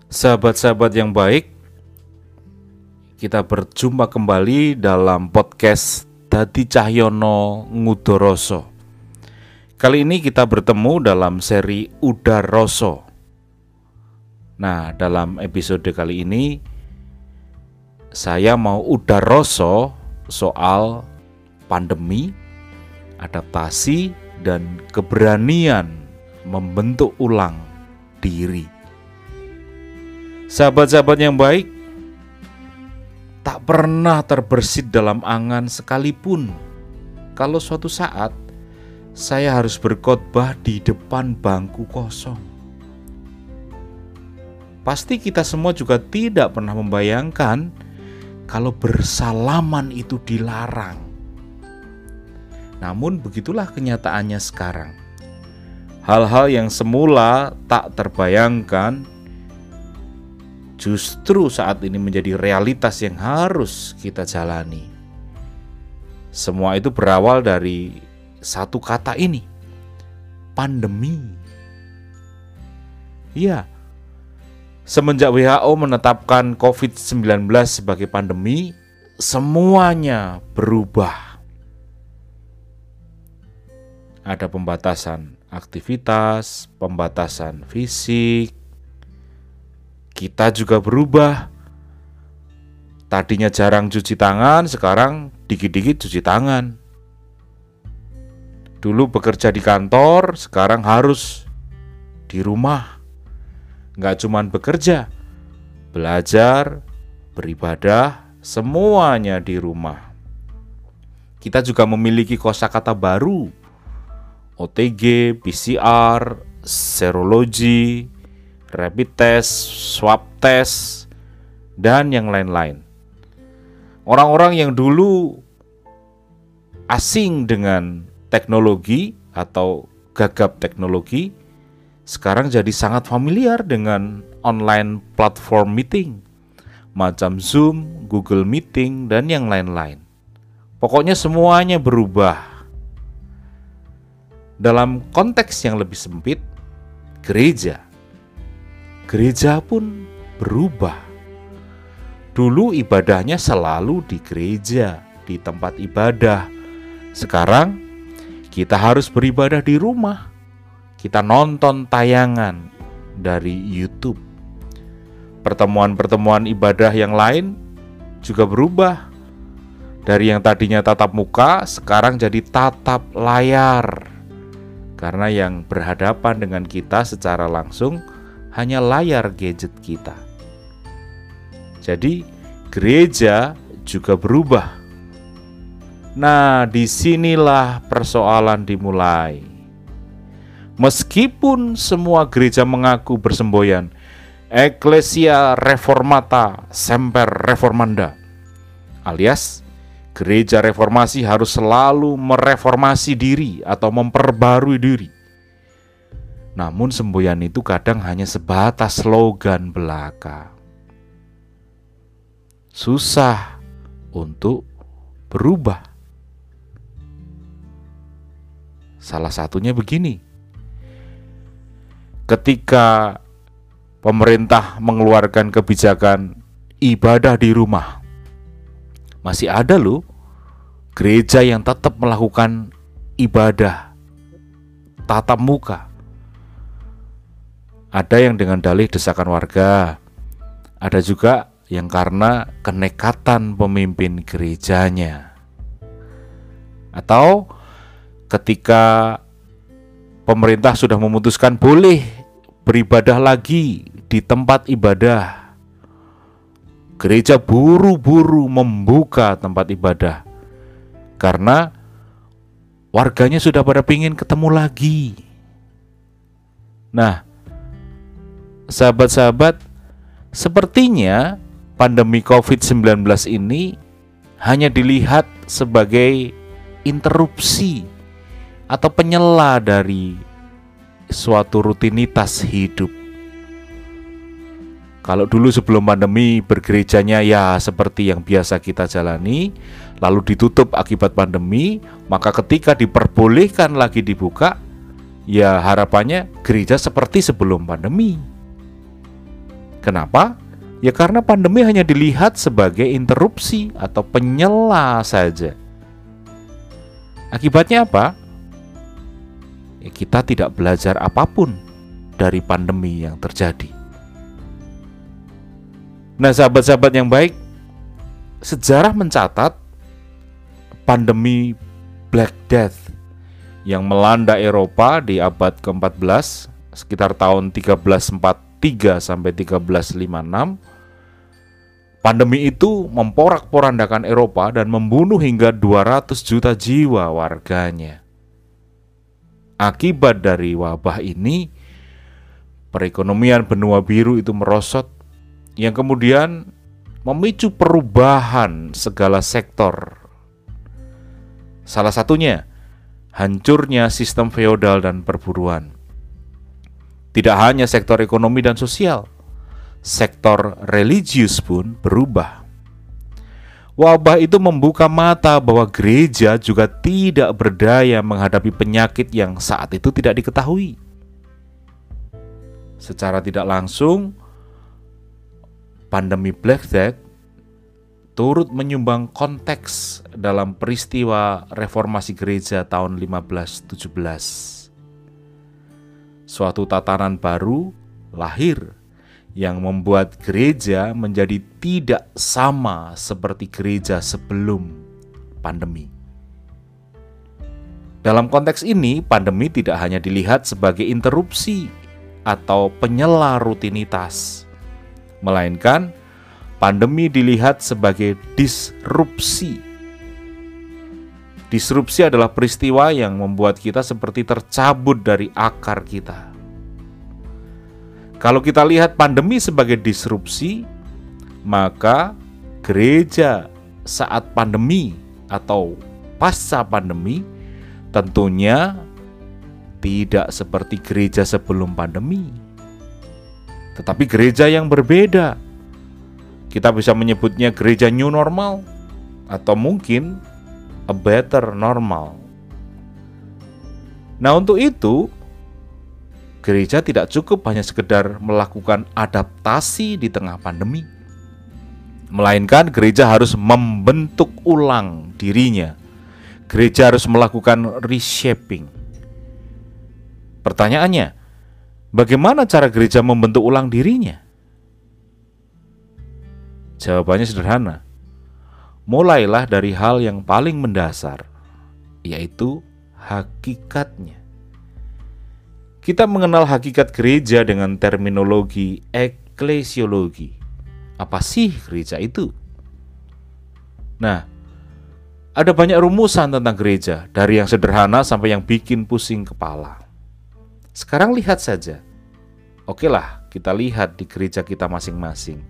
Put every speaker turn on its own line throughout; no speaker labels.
Sahabat-sahabat yang baik, kita berjumpa kembali dalam podcast Dadi Cahyono Ngudoroso. Kali ini kita bertemu dalam seri Udaroso. Nah, dalam episode kali ini saya mau udaroso soal pandemi, adaptasi, dan keberanian membentuk ulang diri. Sahabat-sahabat yang baik, tak pernah terbersit dalam angan sekalipun kalau suatu saat saya harus berkhotbah di depan bangku kosong. Pasti kita semua juga tidak pernah membayangkan kalau bersalaman itu dilarang. Namun begitulah kenyataannya sekarang. Hal-hal yang semula tak terbayangkan justru saat ini menjadi realitas yang harus kita jalani. Semua itu berawal dari satu kata ini, pandemi. Ya, semenjak WHO menetapkan COVID-19 sebagai pandemi, semuanya berubah. Ada pembatasan aktivitas, pembatasan fisik. Kita juga berubah. Tadinya jarang cuci tangan, sekarang dikit-dikit cuci tangan. Dulu bekerja di kantor, sekarang harus di rumah. Nggak cuman bekerja, belajar, beribadah, semuanya di rumah. Kita juga memiliki kosakata baru, OTG, PCR, serologi, rapid test, swab test, dan yang lain-lain. Orang-orang yang dulu asing dengan teknologi atau gagap teknologi, sekarang jadi sangat familiar dengan online platform meeting, macam Zoom, Google Meeting, dan yang lain-lain. Pokoknya semuanya berubah. Dalam konteks yang lebih sempit, Gereja pun berubah. Dulu ibadahnya selalu di gereja, di tempat ibadah. Sekarang kita harus beribadah di rumah. Kita nonton tayangan dari YouTube. Pertemuan-pertemuan ibadah yang lain juga berubah. Dari yang tadinya tatap muka, sekarang jadi tatap layar. Karena yang berhadapan dengan kita secara langsung hanya layar gadget kita. Jadi gereja juga berubah. Nah, disinilah persoalan dimulai. Meskipun semua gereja mengaku bersemboyan Ecclesia Reformata Semper Reformanda, alias gereja reformasi harus selalu mereformasi diri atau memperbarui diri. Namun semboyan itu kadang hanya sebatas slogan belaka. Susah untuk berubah. Salah satunya begini. Ketika pemerintah mengeluarkan kebijakan ibadah di rumah, masih ada loh gereja yang tetap melakukan ibadah tatap muka. Ada yang dengan dalih desakan warga, ada juga yang karena kenekatan pemimpin gerejanya. Atau ketika pemerintah sudah memutuskan boleh beribadah lagi di tempat ibadah, gereja buru-buru membuka tempat ibadah karena warganya sudah pada pingin ketemu lagi. Nah, sahabat-sahabat, sepertinya pandemi COVID-19 ini hanya dilihat sebagai interupsi atau penyela dari suatu rutinitas hidup. Kalau dulu sebelum pandemi bergerejanya ya seperti yang biasa kita jalani, lalu ditutup akibat pandemi, maka ketika diperbolehkan lagi dibuka, ya harapannya gereja seperti sebelum pandemi. Kenapa? Ya karena pandemi hanya dilihat sebagai interupsi atau penyela saja. Akibatnya apa? Ya, kita tidak belajar apapun dari pandemi yang terjadi. Nah, sahabat-sahabat yang baik, sejarah mencatat pandemi Black Death yang melanda Eropa di abad ke-14 sekitar tahun 1343 sampai 1356. Pandemi itu memporak-porandakan Eropa dan membunuh hingga 200 juta jiwa warganya. Akibat dari wabah ini, perekonomian benua biru itu merosot, yang kemudian memicu perubahan segala sektor. Salah satunya, hancurnya sistem feodal dan perburuan. Tidak hanya sektor ekonomi dan sosial, sektor religius pun berubah. Wabah itu membuka mata bahwa gereja juga tidak berdaya menghadapi penyakit yang saat itu tidak diketahui. Secara tidak langsung, pandemi Black Death turut menyumbang konteks dalam peristiwa reformasi gereja tahun 1517. Suatu tatanan baru lahir yang membuat gereja menjadi tidak sama seperti gereja sebelum pandemi. Dalam konteks ini, pandemi tidak hanya dilihat sebagai interupsi atau penyela rutinitas, melainkan pandemi dilihat sebagai disrupsi. Disrupsi adalah peristiwa yang membuat kita seperti tercabut dari akar kita. Kalau kita lihat pandemi sebagai disrupsi, maka gereja saat pandemi atau pasca pandemi tentunya tidak seperti gereja sebelum pandemi, tetapi gereja yang berbeda. Kita bisa menyebutnya gereja new normal atau mungkin a better normal. Nah, untuk itu gereja tidak cukup hanya sekedar melakukan adaptasi di tengah pandemi, melainkan gereja harus membentuk ulang dirinya. Gereja harus melakukan reshaping. Pertanyaannya, bagaimana cara gereja membentuk ulang dirinya? Jawabannya sederhana. Mulailah dari hal yang paling mendasar, yaitu hakikatnya. Kita mengenal hakikat gereja dengan terminologi eklesiologi. Apa sih gereja itu? Nah, ada banyak rumusan tentang gereja, dari yang sederhana sampai yang bikin pusing kepala. Sekarang lihat saja. Oke lah, kita lihat di gereja kita masing-masing.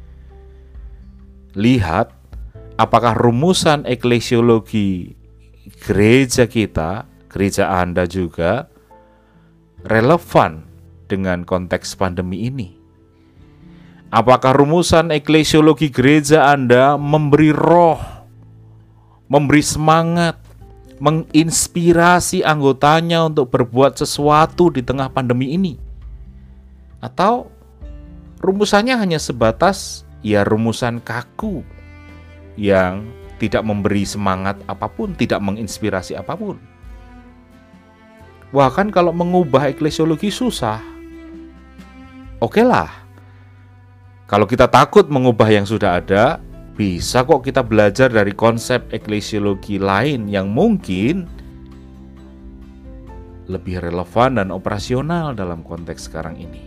Lihat apakah rumusan eklesiologi gereja kita, gereja Anda juga, relevan dengan konteks pandemi ini. Apakah rumusan eklesiologi gereja Anda memberi roh, memberi semangat, menginspirasi anggotanya untuk berbuat sesuatu di tengah pandemi ini? Atau rumusannya hanya sebatas rumusan kaku yang tidak memberi semangat apapun, tidak menginspirasi apapun? Wah, kan kalau mengubah eklesiologi susah. Oke lah, kalau kita takut mengubah yang sudah ada, bisa kok kita belajar dari konsep eklesiologi lain yang mungkin lebih relevan dan operasional dalam konteks sekarang ini.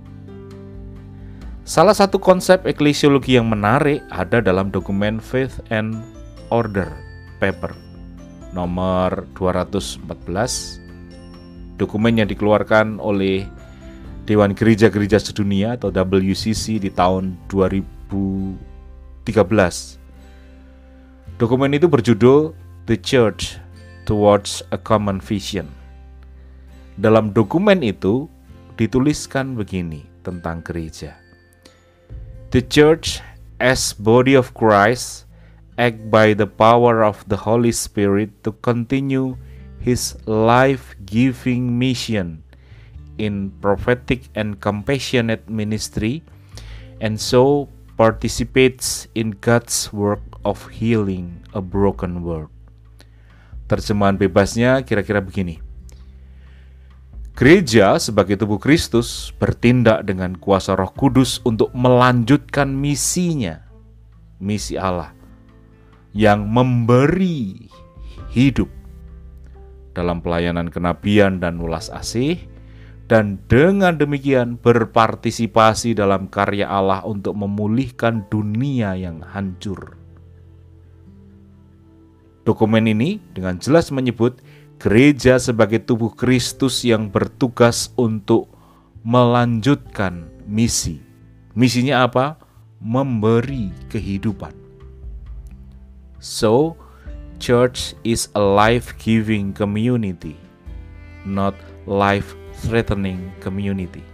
Salah satu konsep eklesiologi yang menarik ada dalam dokumen Faith and Order paper nomor 214, dokumen yang dikeluarkan oleh Dewan Gereja-Gereja Sedunia atau WCC di tahun 2013. Dokumen itu berjudul The Church Towards a Common Vision. Dalam dokumen itu dituliskan begini tentang gereja. The Church as body of Christ act by the power of the Holy Spirit to continue His life-giving mission in prophetic and compassionate ministry and so participates in God's work of healing a broken world. Terjemahan bebasnya kira-kira begini. Gereja sebagai tubuh Kristus bertindak dengan kuasa Roh Kudus untuk melanjutkan misinya, misi Allah yang memberi hidup dalam pelayanan kenabian dan welas asih, dan dengan demikian berpartisipasi dalam karya Allah untuk memulihkan dunia yang hancur. Dokumen ini dengan jelas menyebut gereja sebagai tubuh Kristus yang bertugas untuk melanjutkan misi. Misinya apa? Memberi kehidupan. So, church is a life-giving community, not life-threatening community.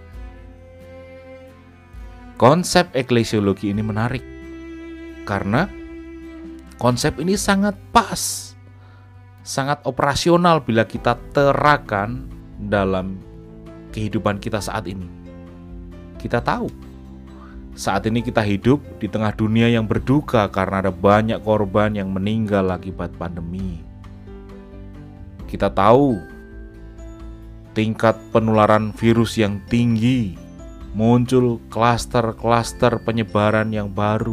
Konsep eklesiologi ini menarik karena konsep ini sangat pas, sangat operasional bila kita terapkan dalam kehidupan kita saat ini. Kita tahu, saat ini kita hidup di tengah dunia yang berduka karena ada banyak korban yang meninggal akibat pandemi. Kita tahu tingkat penularan virus yang tinggi, muncul klaster-klaster penyebaran yang baru.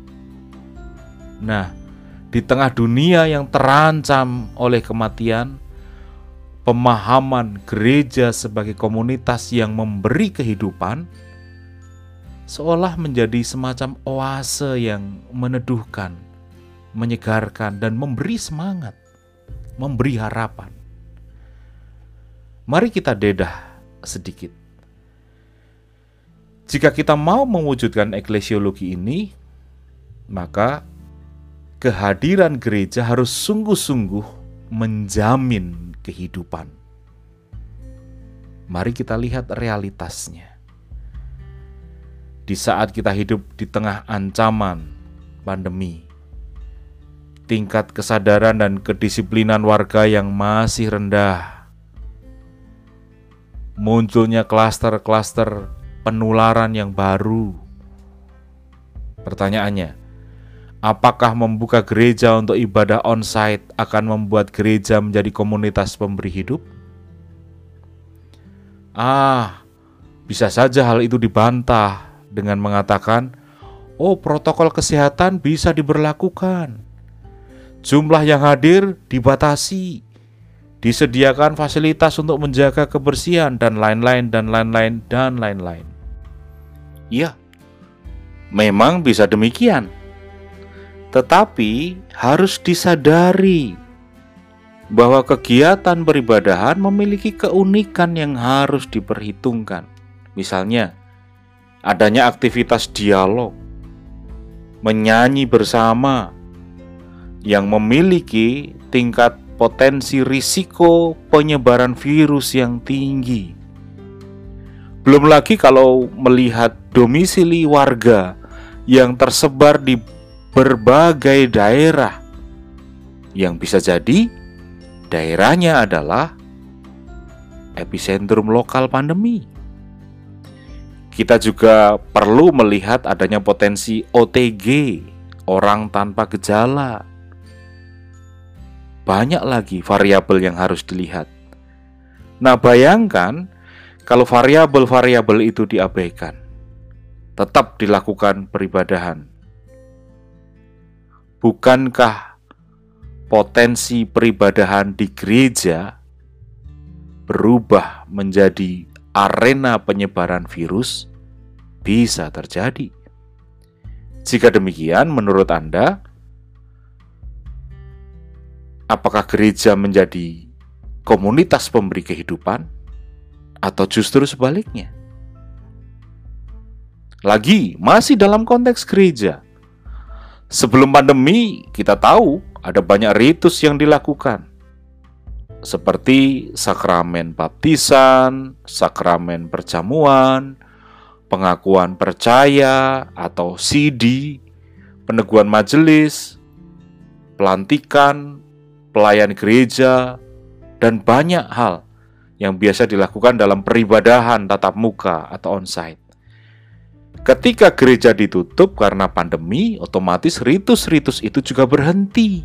Nah, di tengah dunia yang terancam oleh kematian, pemahaman gereja sebagai komunitas yang memberi kehidupan seolah menjadi semacam oase yang meneduhkan, menyegarkan, dan memberi semangat, memberi harapan. Mari kita dedah sedikit. Jika kita mau mewujudkan eklesiologi ini, maka kehadiran gereja harus sungguh-sungguh menjamin kehidupan. Mari kita lihat realitasnya. Di saat kita hidup di tengah ancaman pandemi, tingkat kesadaran dan kedisiplinan warga yang masih rendah, munculnya klaster-klaster penularan yang baru. Pertanyaannya, apakah membuka gereja untuk ibadah on-site akan membuat gereja menjadi komunitas pemberi hidup? Bisa saja hal itu dibantah dengan mengatakan, protokol kesehatan bisa diberlakukan. Jumlah yang hadir dibatasi. Disediakan fasilitas untuk menjaga kebersihan dan lain-lain. Iya, memang bisa demikian. Tetapi harus disadari bahwa kegiatan peribadahan memiliki keunikan yang harus diperhitungkan. Misalnya, adanya aktivitas dialog, menyanyi bersama yang memiliki tingkat potensi risiko penyebaran virus yang tinggi. Belum lagi kalau melihat domisili warga yang tersebar di berbagai daerah, yang bisa jadi daerahnya adalah epicentrum lokal pandemi. Kita juga perlu melihat adanya potensi OTG, orang tanpa gejala. Banyak lagi variabel yang harus dilihat. Nah, bayangkan kalau variabel-variabel itu diabaikan, tetap dilakukan peribadahan. Bukankah potensi peribadahan di gereja berubah menjadi arena penyebaran virus? Bisa terjadi. Jika demikian, menurut Anda, apakah gereja menjadi komunitas pemberi kehidupan atau justru sebaliknya? Lagi, masih dalam konteks gereja. Sebelum pandemi, kita tahu ada banyak ritus yang dilakukan, seperti sakramen baptisan, sakramen perjamuan, pengakuan percaya atau CD, peneguhan majelis, pelantikan, pelayan gereja, dan banyak hal yang biasa dilakukan dalam peribadahan tatap muka atau onsite. Ketika gereja ditutup karena pandemi, otomatis ritus-ritus itu juga berhenti.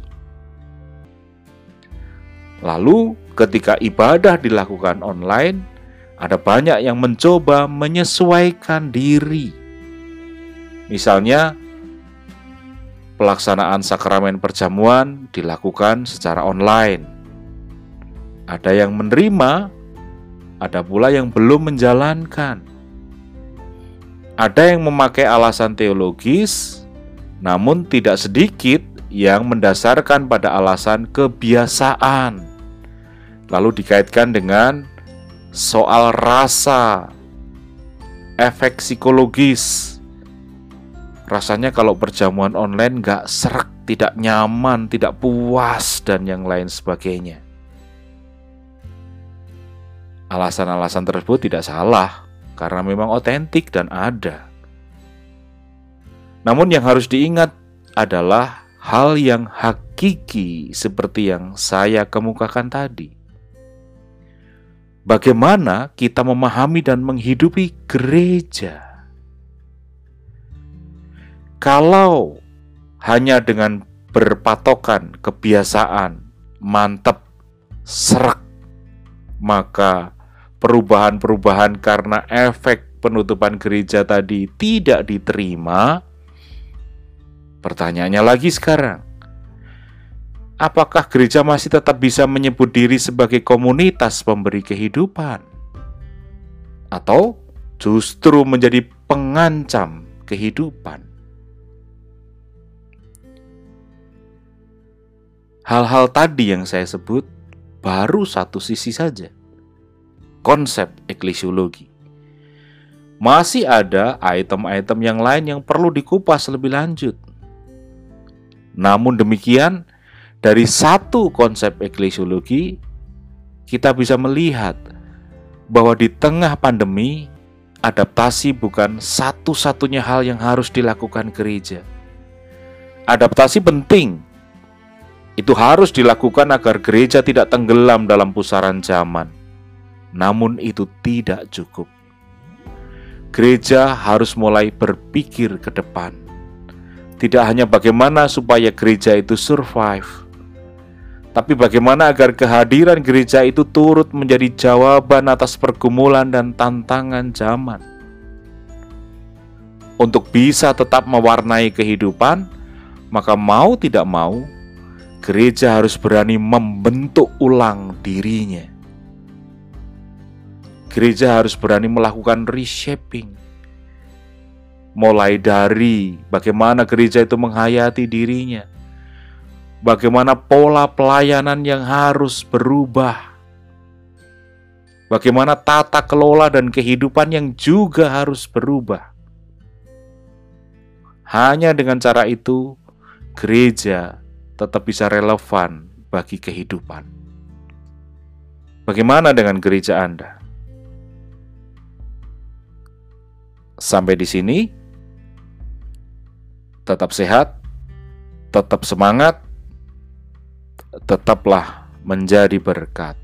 Lalu, ketika ibadah dilakukan online, ada banyak yang mencoba menyesuaikan diri. Misalnya, pelaksanaan sakramen perjamuan dilakukan secara online. Ada yang menerima, ada pula yang belum menjalankan. Ada yang memakai alasan teologis, namun tidak sedikit yang mendasarkan pada alasan kebiasaan. Lalu dikaitkan dengan soal rasa, efek psikologis. Rasanya kalau perjamuan online gak sreg, tidak nyaman, tidak puas, dan yang lain sebagainya. Alasan-alasan tersebut tidak salah, karena memang otentik dan ada. Namun yang harus diingat adalah hal yang hakiki seperti yang saya kemukakan tadi. Bagaimana kita memahami dan menghidupi gereja? Kalau hanya dengan berpatokan kebiasaan, mantep, sreg, maka perubahan-perubahan karena efek penutupan gereja tadi tidak diterima. Pertanyaannya lagi sekarang, apakah gereja masih tetap bisa menyebut diri sebagai komunitas pemberi kehidupan? Atau justru menjadi pengancam kehidupan? Hal-hal tadi yang saya sebut baru satu sisi saja. Konsep eklesiologi. Masih ada item-item yang lain yang perlu dikupas lebih lanjut. Namun demikian, dari satu konsep eklesiologi, kita bisa melihat bahwa di tengah pandemi, adaptasi bukan satu-satunya hal yang harus dilakukan gereja. Adaptasi penting. Itu harus dilakukan agar gereja tidak tenggelam dalam pusaran zaman. Namun itu tidak cukup. Gereja harus mulai berpikir ke depan. Tidak hanya bagaimana supaya gereja itu survive, tapi bagaimana agar kehadiran gereja itu turut menjadi jawaban atas pergumulan dan tantangan zaman. Untuk bisa tetap mewarnai kehidupan, maka mau tidak mau, gereja harus berani membentuk ulang dirinya. Gereja harus berani melakukan reshaping. Mulai dari bagaimana gereja itu menghayati dirinya, bagaimana pola pelayanan yang harus berubah, bagaimana tata kelola dan kehidupan yang juga harus berubah. Hanya dengan cara itu, gereja tetap bisa relevan bagi kehidupan. Bagaimana dengan gereja Anda? Sampai di sini, tetap sehat, tetap semangat, tetaplah menjadi berkat.